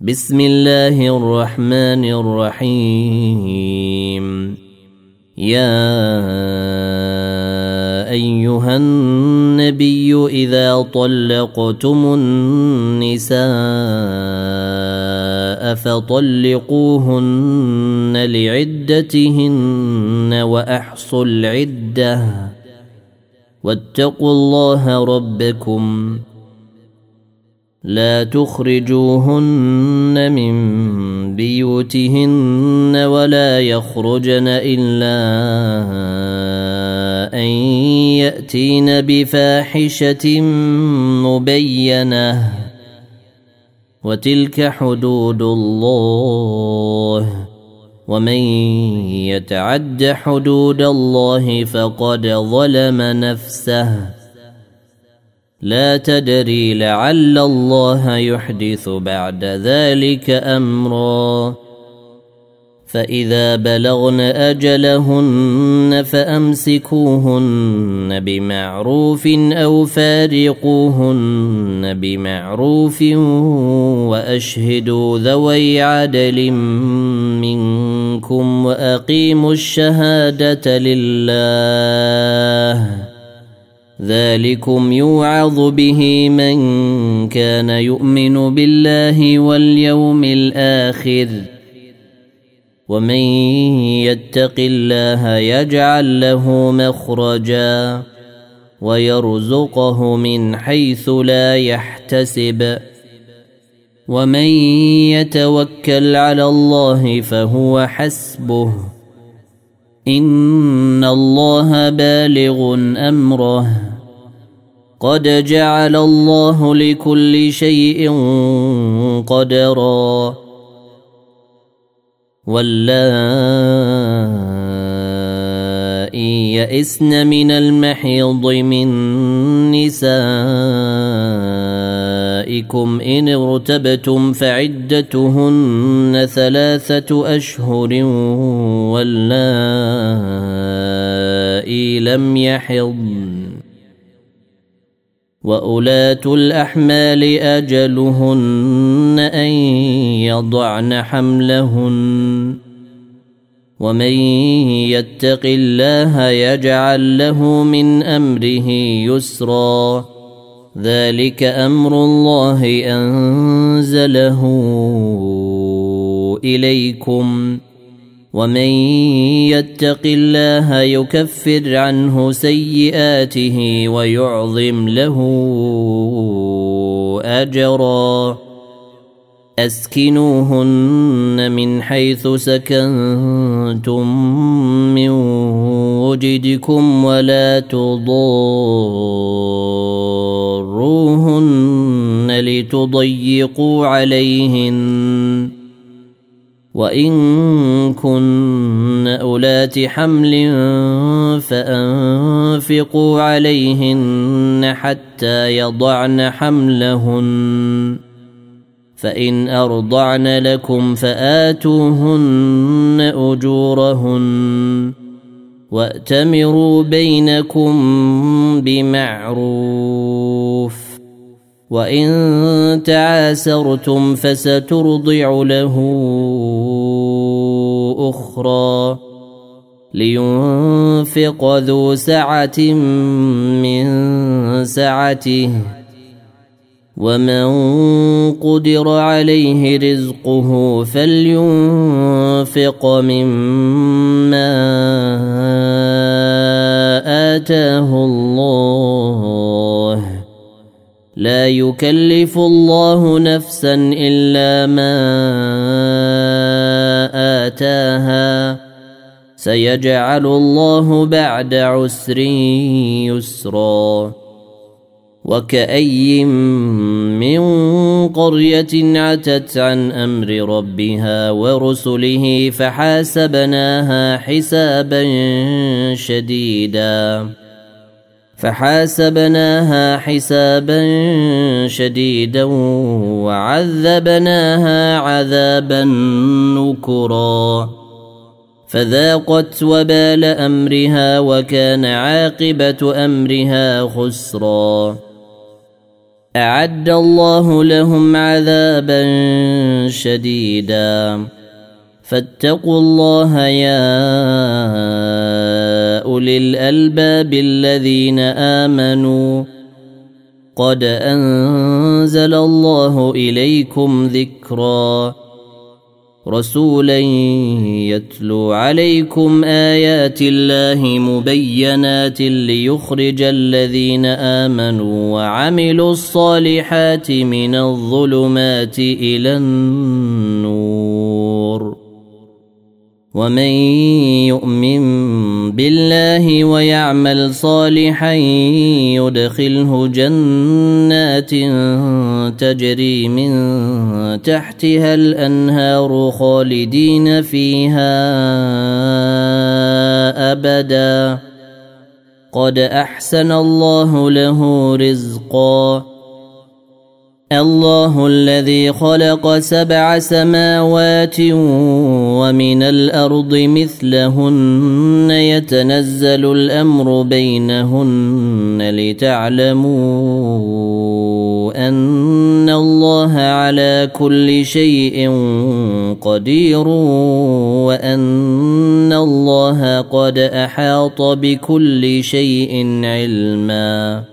بسم الله الرحمن الرحيم. يا أيها النبي إذا طلقتم النساء فطلقوهن لعدتهن وأحصوا العدة واتقوا الله ربكم لا تخرجوهن من بيوتهن ولا يخرجن إلا أن يأتين بفاحشة مبينة وتلك حدود الله ومن يتعد حدود الله فقد ظلم نفسه لا تدري لعل الله يحدث بعد ذلك أمرا. فإذا بلغن أجلهن فأمسكوهن بمعروف أو فارقوهن بمعروف وأشهدوا ذوي عدل منكم وأقيموا الشهادة لله ذلكم يوعظ به من كان يؤمن بالله واليوم الآخر ومن يتق الله يجعل له مخرجا ويرزقه من حيث لا يحتسب ومن يتوكل على الله فهو حسبه إن الله بالغ أمره قد جعل الله لكل شيء قدرا. واللائي يئسن من المحيض من نسائكم إن ارتبتم فعدتهن 3 أشهر واللائي لم يحضن وأولات الأحمال أجلهن أن يضعن حملهن ومن يتق الله يجعل له من أمره يسرا ذلك أمر الله أنزله إليكم ومن يتق الله يكفر عنه سيئاته ويعظم له أجرا. أسكنوهن من حيث سكنتم من وجدكم ولا تضاروهن لتضيقوا عليهن وإن كن أولات حمل فأنفقوا عليهن حتى يضعن حملهن فإن أرضعن لكم فآتوهن أجورهن وأتمروا بينكم بمعروف وإن تعاسرتم فسترضع له أخرى لينفق ذو سعة من سعته ومن قدر عليه رزقه فلينفق مما آتاه الله لا يكلف الله نفسا إلا ما آتاها سيجعل الله بعد عسر يسرا. وكأي من قرية عتت عن أمر ربها ورسله فحاسبناها حسابا شديدا وعذبناها عذابا نكرا فذاقت وبال أمرها وكان عاقبة أمرها خسرا. أعد الله لهم عذابا شديدا فاتقوا الله يا أولي الألباب الذين آمنوا قد أنزل الله إليكم ذكرا رسولا يتلو عليكم آيات الله مبينات ليخرج الذين آمنوا وعملوا الصالحات من الظلمات إلى النور ومن يؤمن بالله ويعمل صالحا يدخله جنات تجري من تحتها الأنهار خالدين فيها أبدا قد أحسن الله له رزقا الله الذي خلق 7 سماوات ومن الأرض مثلهن يتنزل الأمر بينهن لتعلموا أن الله على كل شيء قدير وأن الله قد أحاط بكل شيء علما